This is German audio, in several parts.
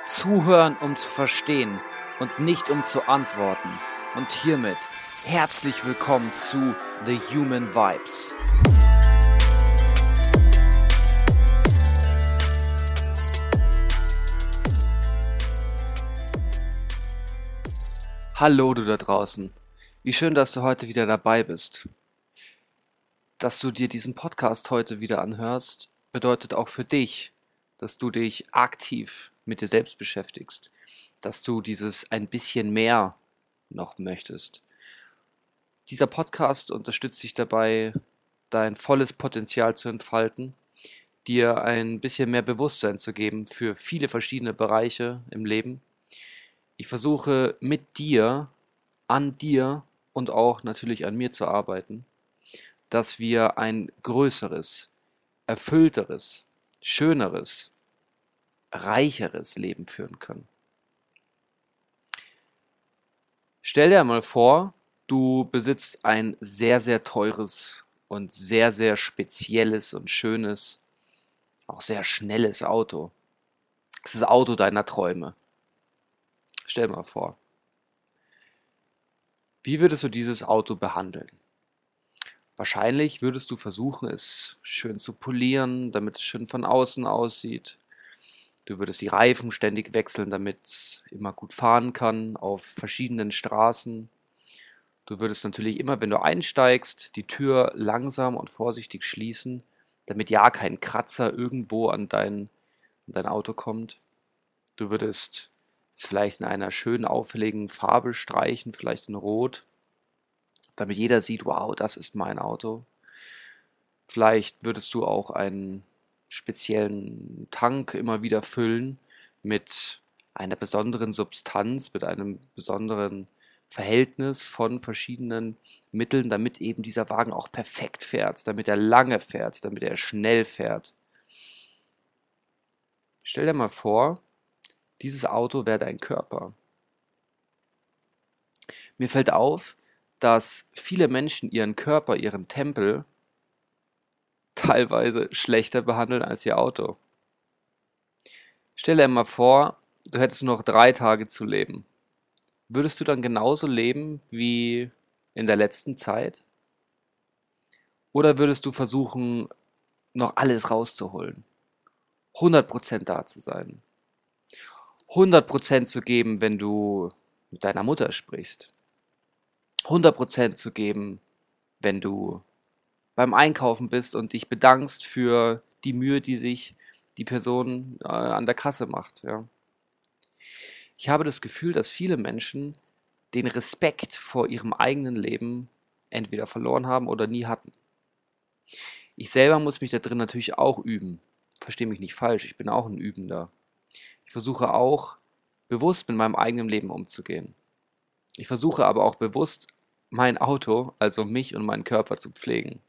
Zuhören, um zu verstehen und nicht um zu antworten. Und hiermit herzlich willkommen zu The Human Vibes. Hallo du da draußen. Wie schön, dass du heute wieder dabei bist. Dass du dir diesen Podcast heute wieder anhörst, bedeutet auch für dich, dass du dich aktiv mit dir selbst beschäftigst, dass du dieses ein bisschen mehr noch möchtest. Dieser Podcast unterstützt dich dabei, dein volles Potenzial zu entfalten, dir ein bisschen mehr Bewusstsein zu geben für viele verschiedene Bereiche im Leben. Ich versuche mit dir, an dir und auch natürlich an mir zu arbeiten, dass wir ein größeres, erfüllteres, schöneres, reicheres Leben führen können. Stell dir mal vor, du besitzt ein sehr, sehr teures und sehr, sehr spezielles und schönes, auch sehr schnelles Auto. Das ist das Auto deiner Träume. Stell dir mal vor. Wie würdest du dieses Auto behandeln? Wahrscheinlich würdest du versuchen, es schön zu polieren, damit es schön von außen aussieht. Du würdest die Reifen ständig wechseln, damit es immer gut fahren kann auf verschiedenen Straßen. Du würdest natürlich immer, wenn du einsteigst, die Tür langsam und vorsichtig schließen, damit ja kein Kratzer irgendwo an dein Auto kommt. Du würdest es vielleicht in einer schönen auffälligen Farbe streichen, vielleicht in Rot, damit jeder sieht, wow, das ist mein Auto. Vielleicht würdest du auch einen speziellen Tank immer wieder füllen mit einer besonderen Substanz, mit einem besonderen Verhältnis von verschiedenen Mitteln, damit eben dieser Wagen auch perfekt fährt, damit er lange fährt, damit er schnell fährt. Stell dir mal vor, dieses Auto wäre dein Körper. Mir fällt auf, dass viele Menschen ihren Körper, ihren Tempel teilweise schlechter behandeln als ihr Auto. Stell dir mal vor, du hättest nur noch 3 Tage zu leben. Würdest du dann genauso leben wie in der letzten Zeit? Oder würdest du versuchen, noch alles rauszuholen? 100% da zu sein. 100% zu geben, wenn du mit deiner Mutter sprichst. 100% zu geben, wenn du beim Einkaufen bist und dich bedankst für die Mühe, die sich die Person an der Kasse macht. Ja. Ich habe das Gefühl, dass viele Menschen den Respekt vor ihrem eigenen Leben entweder verloren haben oder nie hatten. Ich selber muss mich da drin natürlich auch üben. Verstehe mich nicht falsch, ich bin auch ein Übender. Ich versuche auch bewusst mit meinem eigenen Leben umzugehen. Ich versuche aber auch bewusst mein Auto, also mich und meinen Körper zu pflegen.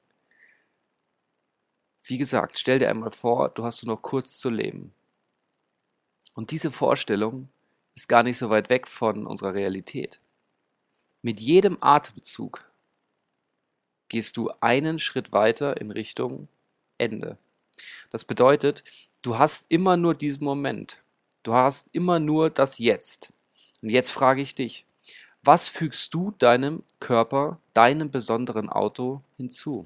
Wie gesagt, stell dir einmal vor, du hast nur noch kurz zu leben. Und diese Vorstellung ist gar nicht so weit weg von unserer Realität. Mit jedem Atemzug gehst du einen Schritt weiter in Richtung Ende. Das bedeutet, du hast immer nur diesen Moment. Du hast immer nur das Jetzt. Und jetzt frage ich dich, was fügst du deinem Körper, deinem besonderen Auto hinzu?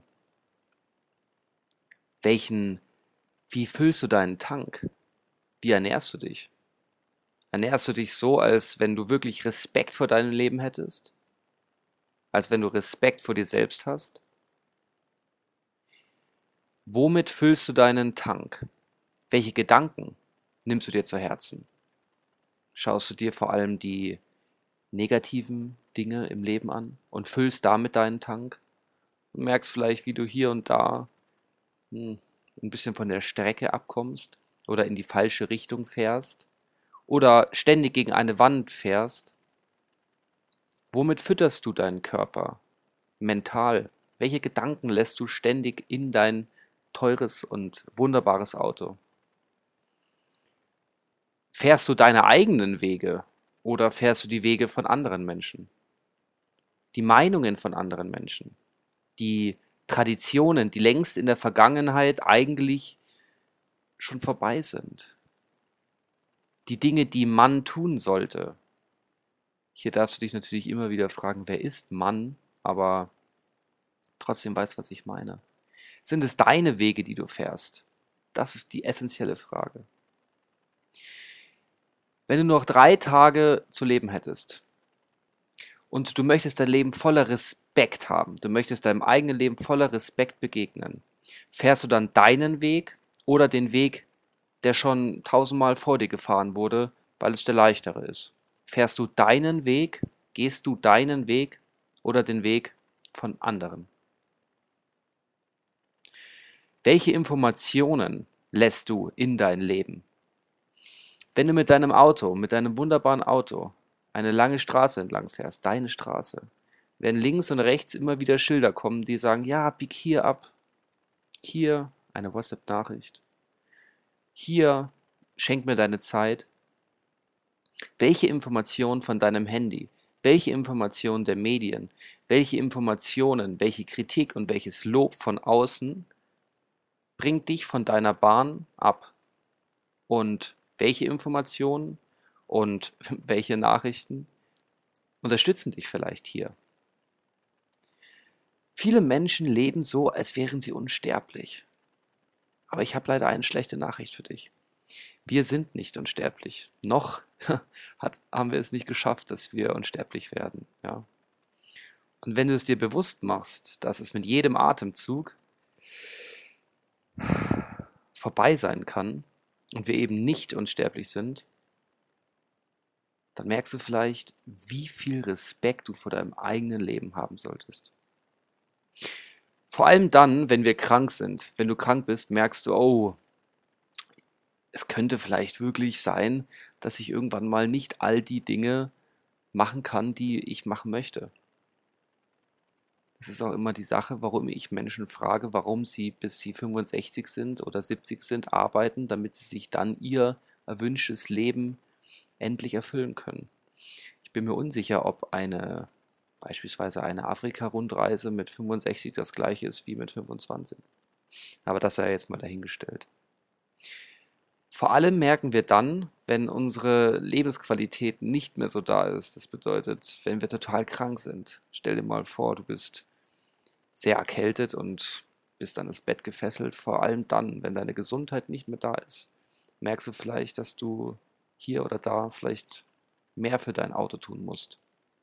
Wie füllst du deinen Tank? Wie ernährst du dich? Ernährst du dich so, als wenn du wirklich Respekt vor deinem Leben hättest? Als wenn du Respekt vor dir selbst hast? Womit füllst du deinen Tank? Welche Gedanken nimmst du dir zu Herzen? Schaust du dir vor allem die negativen Dinge im Leben an und füllst damit deinen Tank? Und merkst vielleicht, wie du hier und da ein bisschen von der Strecke abkommst oder in die falsche Richtung fährst oder ständig gegen eine Wand fährst. Womit fütterst du deinen Körper mental? Welche Gedanken lässt du ständig in dein teures und wunderbares Auto? Fährst du deine eigenen Wege oder fährst du die Wege von anderen Menschen? Die Meinungen von anderen Menschen, die Traditionen, die längst in der Vergangenheit eigentlich schon vorbei sind. Die Dinge, die man tun sollte. Hier darfst du dich natürlich immer wieder fragen, wer ist Mann? Aber trotzdem weißt, was ich meine. Sind es deine Wege, die du fährst? Das ist die essentielle Frage. Wenn du noch 3 Tage zu leben hättest und du möchtest dein Leben voller Respekt haben, du möchtest deinem eigenen Leben voller Respekt begegnen, fährst du dann deinen Weg oder den Weg, der schon 1000-mal vor dir gefahren wurde, weil es der leichtere ist? Fährst du deinen Weg, gehst du deinen Weg oder den Weg von anderen? Welche Informationen lässt du in dein Leben? Wenn du mit deinem Auto, mit deinem wunderbaren Auto, eine lange Straße entlang fährst, deine Straße, werden links und rechts immer wieder Schilder kommen, die sagen, ja, bieg hier ab, hier eine WhatsApp-Nachricht, hier schenk mir deine Zeit. Welche Informationen von deinem Handy, welche Informationen der Medien, welche Informationen, welche Kritik und welches Lob von außen bringt dich von deiner Bahn ab? Und welche Informationen und welche Nachrichten unterstützen dich vielleicht hier? Viele Menschen leben so, als wären sie unsterblich. Aber ich habe leider eine schlechte Nachricht für dich. Wir sind nicht unsterblich. Noch haben wir es nicht geschafft, dass wir unsterblich werden. Ja. Und wenn du es dir bewusst machst, dass es mit jedem Atemzug vorbei sein kann und wir eben nicht unsterblich sind, dann merkst du vielleicht, wie viel Respekt du vor deinem eigenen Leben haben solltest. Vor allem dann, wenn wir krank sind. Wenn du krank bist, merkst du, oh, es könnte vielleicht wirklich sein, dass ich irgendwann mal nicht all die Dinge machen kann, die ich machen möchte. Das ist auch immer die Sache, warum ich Menschen frage, warum sie, bis sie 65 sind oder 70 sind, arbeiten, damit sie sich dann ihr erwünschtes Leben endlich erfüllen können. Ich bin mir unsicher, ob beispielsweise eine Afrika-Rundreise mit 65 das gleiche ist wie mit 25. Aber das sei jetzt mal dahingestellt. Vor allem merken wir dann, wenn unsere Lebensqualität nicht mehr so da ist. Das bedeutet, wenn wir total krank sind. Stell dir mal vor, du bist sehr erkältet und bist an das Bett gefesselt. Vor allem dann, wenn deine Gesundheit nicht mehr da ist, merkst du vielleicht, dass du hier oder da vielleicht mehr für dein Auto tun musst.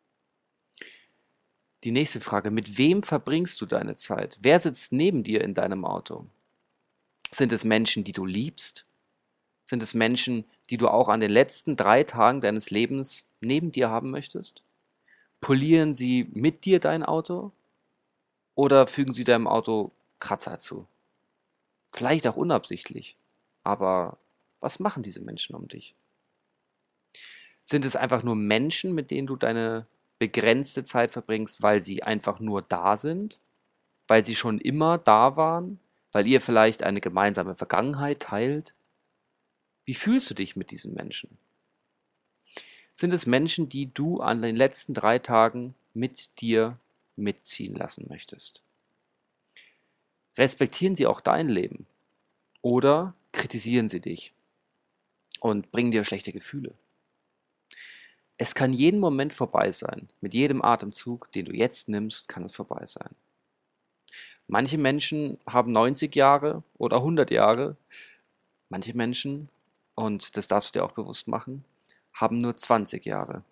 Die nächste Frage, mit wem verbringst du deine Zeit? Wer sitzt neben dir in deinem Auto? Sind es Menschen, die du liebst? Sind es Menschen, die du auch an den letzten 3 Tagen deines Lebens neben dir haben möchtest? Polieren sie mit dir dein Auto oder fügen sie deinem Auto Kratzer zu? Vielleicht auch unabsichtlich, aber was machen diese Menschen um dich? Sind es einfach nur Menschen, mit denen du deine begrenzte Zeit verbringst, weil sie einfach nur da sind, weil sie schon immer da waren, weil ihr vielleicht eine gemeinsame Vergangenheit teilt? Wie fühlst du dich mit diesen Menschen? Sind es Menschen, die du an den letzten 3 Tagen mit dir mitziehen lassen möchtest? Respektieren sie auch dein Leben oder kritisieren sie dich und bringen dir schlechte Gefühle? Es kann jeden Moment vorbei sein. Mit jedem Atemzug, den du jetzt nimmst, kann es vorbei sein. Manche Menschen haben 90 Jahre oder 100 Jahre. Manche Menschen, und das darfst du dir auch bewusst machen, haben nur 20 Jahre.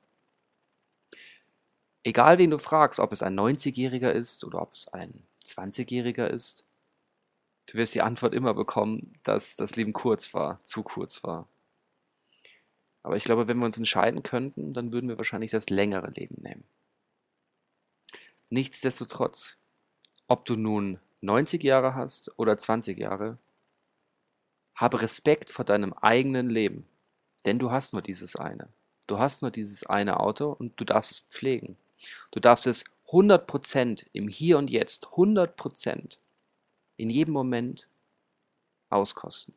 Egal wen du fragst, ob es ein 90-Jähriger ist oder ob es ein 20-Jähriger ist, du wirst die Antwort immer bekommen, dass das Leben kurz war, zu kurz war. Aber ich glaube, wenn wir uns entscheiden könnten, dann würden wir wahrscheinlich das längere Leben nehmen. Nichtsdestotrotz, ob du nun 90 Jahre hast oder 20 Jahre, habe Respekt vor deinem eigenen Leben, denn du hast nur dieses eine. Du hast nur dieses eine Auto und du darfst es pflegen. Du darfst es 100% im Hier und Jetzt, 100% in jedem Moment auskosten.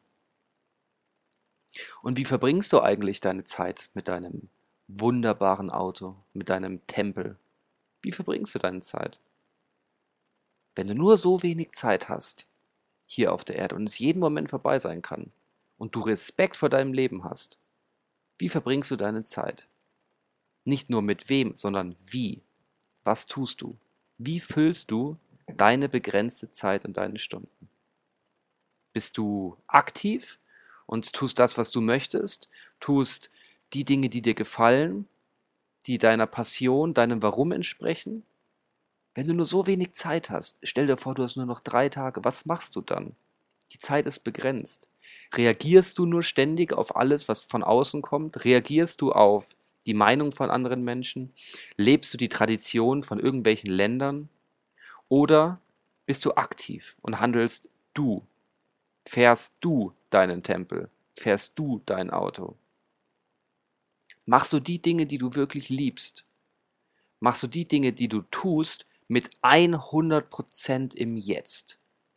Und wie verbringst du eigentlich deine Zeit mit deinem wunderbaren Auto, mit deinem Tempel? Wie verbringst du deine Zeit? Wenn du nur so wenig Zeit hast, hier auf der Erde und es jeden Moment vorbei sein kann und du Respekt vor deinem Leben hast, Wie verbringst du deine Zeit? Nicht nur mit wem, sondern wie. Was tust du? Wie füllst du deine begrenzte Zeit und deine Stunden? Bist du aktiv und tust das, was du möchtest? Tust die Dinge, die dir gefallen, die deiner Passion, deinem Warum entsprechen? Wenn du nur so wenig Zeit hast, stell dir vor, du hast nur noch 3 Tage, was machst du dann? Die Zeit ist begrenzt. Reagierst du nur ständig auf alles, was von außen kommt? Reagierst du auf die Meinung von anderen Menschen? Lebst du die Tradition von irgendwelchen Ländern? Oder bist du aktiv und handelst du? Fährst du deinen Tempel? Fährst du dein Auto? Machst du die Dinge, die du wirklich liebst? Machst du die Dinge, die du tust, mit 100% im Jetzt?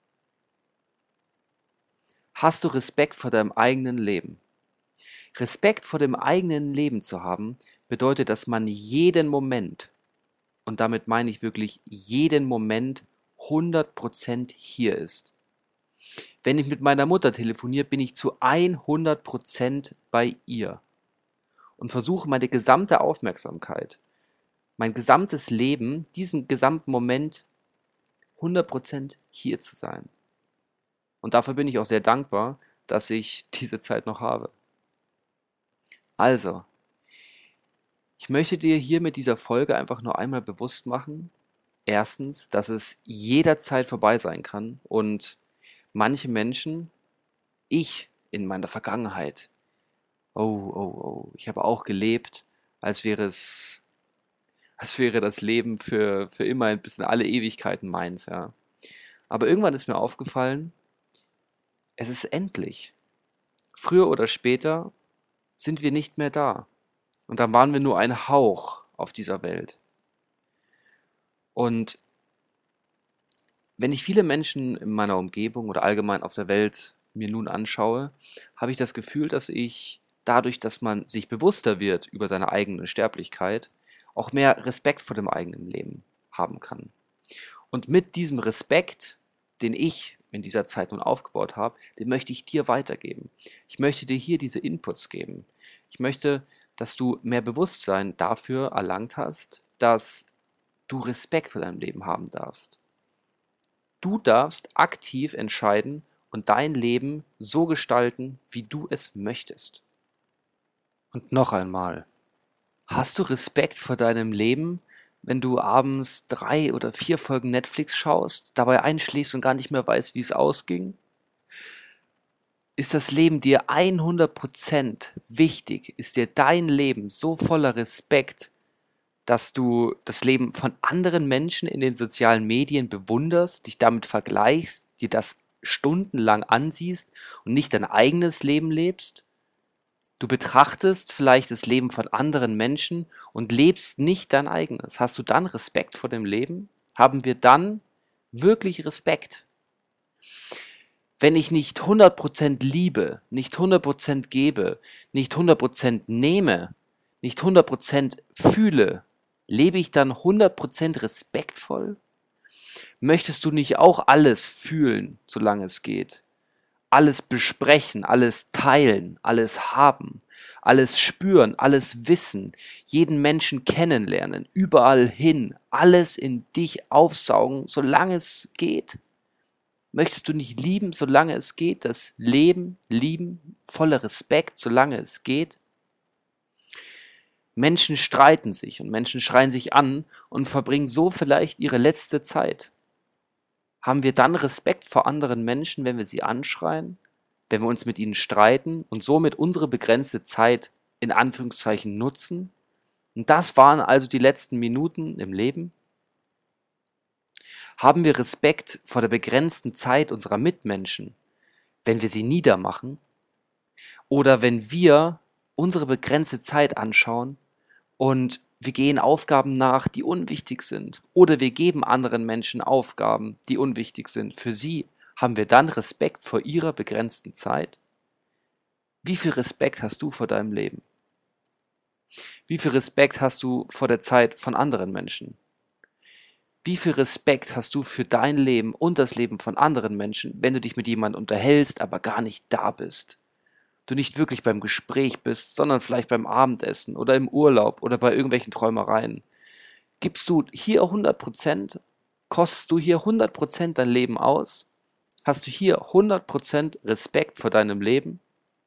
Hast du Respekt vor deinem eigenen Leben? Respekt vor dem eigenen Leben zu haben, bedeutet, dass man jeden Moment, und damit meine ich wirklich jeden Moment, 100% hier ist. Wenn ich mit meiner Mutter telefoniere, bin ich zu 100% bei ihr und versuche meine gesamte Aufmerksamkeit, mein gesamtes Leben, diesen gesamten Moment 100% hier zu sein. Und dafür bin ich auch sehr dankbar, dass ich diese Zeit noch habe. Also, ich möchte dir hier mit dieser Folge einfach nur einmal bewusst machen, erstens, dass es jederzeit vorbei sein kann und manche Menschen, ich in meiner Vergangenheit, ich habe auch gelebt, als wäre es, als wäre das Leben für immer bis in alle Ewigkeiten meins, ja. Aber irgendwann ist mir aufgefallen, es ist endlich. Früher oder später sind wir nicht mehr da. Und dann waren wir nur ein Hauch auf dieser Welt. Und wenn ich viele Menschen in meiner Umgebung oder allgemein auf der Welt mir nun anschaue, habe ich das Gefühl, dass ich dadurch, dass man sich bewusster wird über seine eigene Sterblichkeit, auch mehr Respekt vor dem eigenen Leben haben kann. Und mit diesem Respekt, den ich in dieser Zeit nun aufgebaut habe, den möchte ich dir weitergeben. Ich möchte dir hier diese Inputs geben. Ich möchte, dass du mehr Bewusstsein dafür erlangt hast, dass du Respekt für dein Leben haben darfst. Du darfst aktiv entscheiden und dein Leben so gestalten, wie du es möchtest. Und noch einmal, hast du Respekt vor deinem Leben, wenn du abends 3 oder 4 Folgen Netflix schaust, dabei einschläfst und gar nicht mehr weißt, wie es ausging? Ist das Leben dir 100% wichtig? Ist dir dein Leben so voller Respekt, dass du das Leben von anderen Menschen in den sozialen Medien bewunderst, dich damit vergleichst, dir das stundenlang ansiehst und nicht dein eigenes Leben lebst? Du betrachtest vielleicht das Leben von anderen Menschen und lebst nicht dein eigenes. Hast du dann Respekt vor dem Leben? Haben wir dann wirklich Respekt? Wenn ich nicht 100% liebe, nicht 100% gebe, nicht 100% nehme, nicht 100% fühle, lebe ich dann 100% respektvoll? Möchtest du nicht auch alles fühlen, solange es geht? Alles besprechen, alles teilen, alles haben, alles spüren, alles wissen, jeden Menschen kennenlernen, überall hin, alles in dich aufsaugen, solange es geht? Möchtest du nicht lieben, solange es geht, das Leben lieben, voller Respekt, solange es geht? Menschen streiten sich und Menschen schreien sich an und verbringen so vielleicht ihre letzte Zeit. Haben wir dann Respekt vor anderen Menschen, wenn wir sie anschreien, wenn wir uns mit ihnen streiten und somit unsere begrenzte Zeit in Anführungszeichen nutzen? Und das waren also die letzten Minuten im Leben? Haben wir Respekt vor der begrenzten Zeit unserer Mitmenschen, wenn wir sie niedermachen? Oder wenn wir unsere begrenzte Zeit anschauen und wir gehen Aufgaben nach, die unwichtig sind? Oder wir geben anderen Menschen Aufgaben, die unwichtig sind für sie? Haben wir dann Respekt vor ihrer begrenzten Zeit? Wie viel Respekt hast du vor deinem Leben? Wie viel Respekt hast du vor der Zeit von anderen Menschen? Wie viel Respekt hast du für dein Leben und das Leben von anderen Menschen, wenn du dich mit jemandem unterhältst, aber gar nicht da bist? du nicht wirklich beim Gespräch bist, sondern vielleicht beim Abendessen oder im Urlaub oder bei irgendwelchen Träumereien. Gibst du hier 100%? Kostest du hier 100% dein Leben aus? Hast du hier 100% Respekt vor deinem Leben?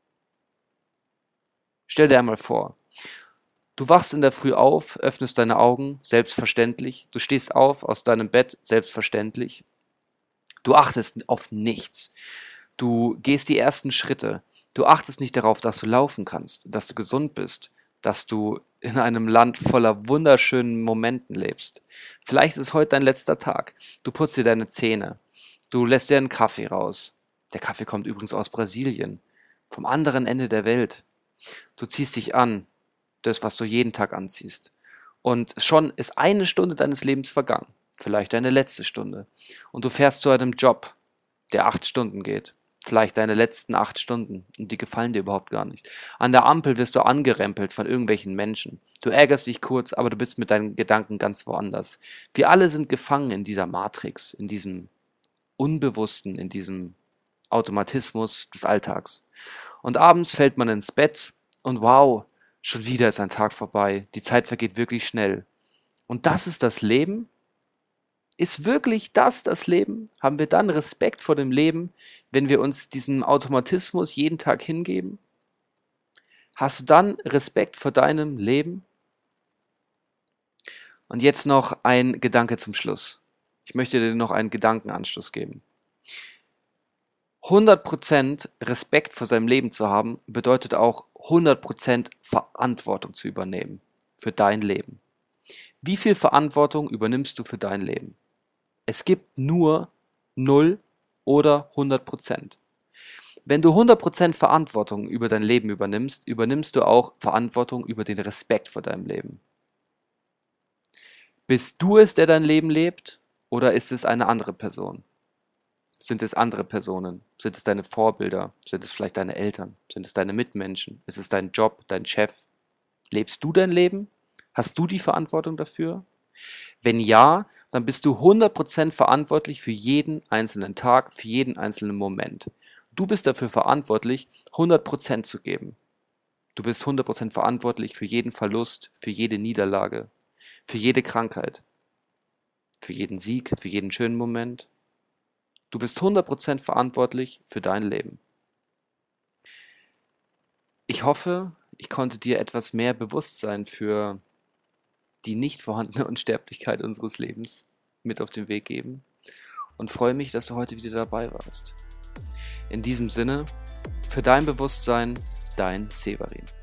Stell dir einmal vor, du wachst in der Früh auf, öffnest deine Augen, selbstverständlich. Du stehst auf aus deinem Bett, selbstverständlich. Du achtest auf nichts. Du gehst die ersten Schritte. Du achtest nicht darauf, dass du laufen kannst, dass du gesund bist, dass du in einem Land voller wunderschönen Momenten lebst. Vielleicht ist heute dein letzter Tag. Du putzt dir deine Zähne. Du lässt dir einen Kaffee raus. Der Kaffee kommt übrigens aus Brasilien, vom anderen Ende der Welt. Du ziehst dich an, das, was du jeden Tag anziehst. Und schon ist eine Stunde deines Lebens vergangen, vielleicht deine letzte Stunde. Und du fährst zu einem Job, der 8 Stunden geht. Vielleicht deine letzten 8 Stunden und die gefallen dir überhaupt gar nicht. An der Ampel wirst du angerempelt von irgendwelchen Menschen. Du ärgerst dich kurz, aber du bist mit deinen Gedanken ganz woanders. Wir alle sind gefangen in dieser Matrix, in diesem Unbewussten, in diesem Automatismus des Alltags. Und abends fällt man ins Bett und wow, schon wieder ist ein Tag vorbei. Die Zeit vergeht wirklich schnell. Und das ist das Leben? Ist wirklich das Leben? Haben wir dann Respekt vor dem Leben, wenn wir uns diesem Automatismus jeden Tag hingeben? Hast du dann Respekt vor deinem Leben? Und jetzt noch ein Gedanke zum Schluss. Ich möchte dir noch einen Gedankenanschluss geben. 100% Respekt vor seinem Leben zu haben, bedeutet auch 100% Verantwortung zu übernehmen für dein Leben. Wie viel Verantwortung übernimmst du für dein Leben? Es gibt nur 0 oder 100%. Wenn du 100% Verantwortung über dein Leben übernimmst, übernimmst du auch Verantwortung über den Respekt vor deinem Leben. Bist du es, der dein Leben lebt, oder ist es eine andere Person? Sind es andere Personen? Sind es deine Vorbilder? Sind es vielleicht deine Eltern? Sind es deine Mitmenschen? Ist es dein Job, dein Chef? Lebst du dein Leben? Hast du die Verantwortung dafür? Wenn ja, dann bist du 100% verantwortlich für jeden einzelnen Tag, für jeden einzelnen Moment. Du bist dafür verantwortlich, 100% zu geben. Du bist 100% verantwortlich für jeden Verlust, für jede Niederlage, für jede Krankheit, für jeden Sieg, für jeden schönen Moment. Du bist 100% verantwortlich für dein Leben. Ich hoffe, ich konnte dir etwas mehr Bewusstsein für die nicht vorhandene Unsterblichkeit unseres Lebens mit auf den Weg geben und freue mich, dass du heute wieder dabei warst. In diesem Sinne, für dein Bewusstsein, dein Severin.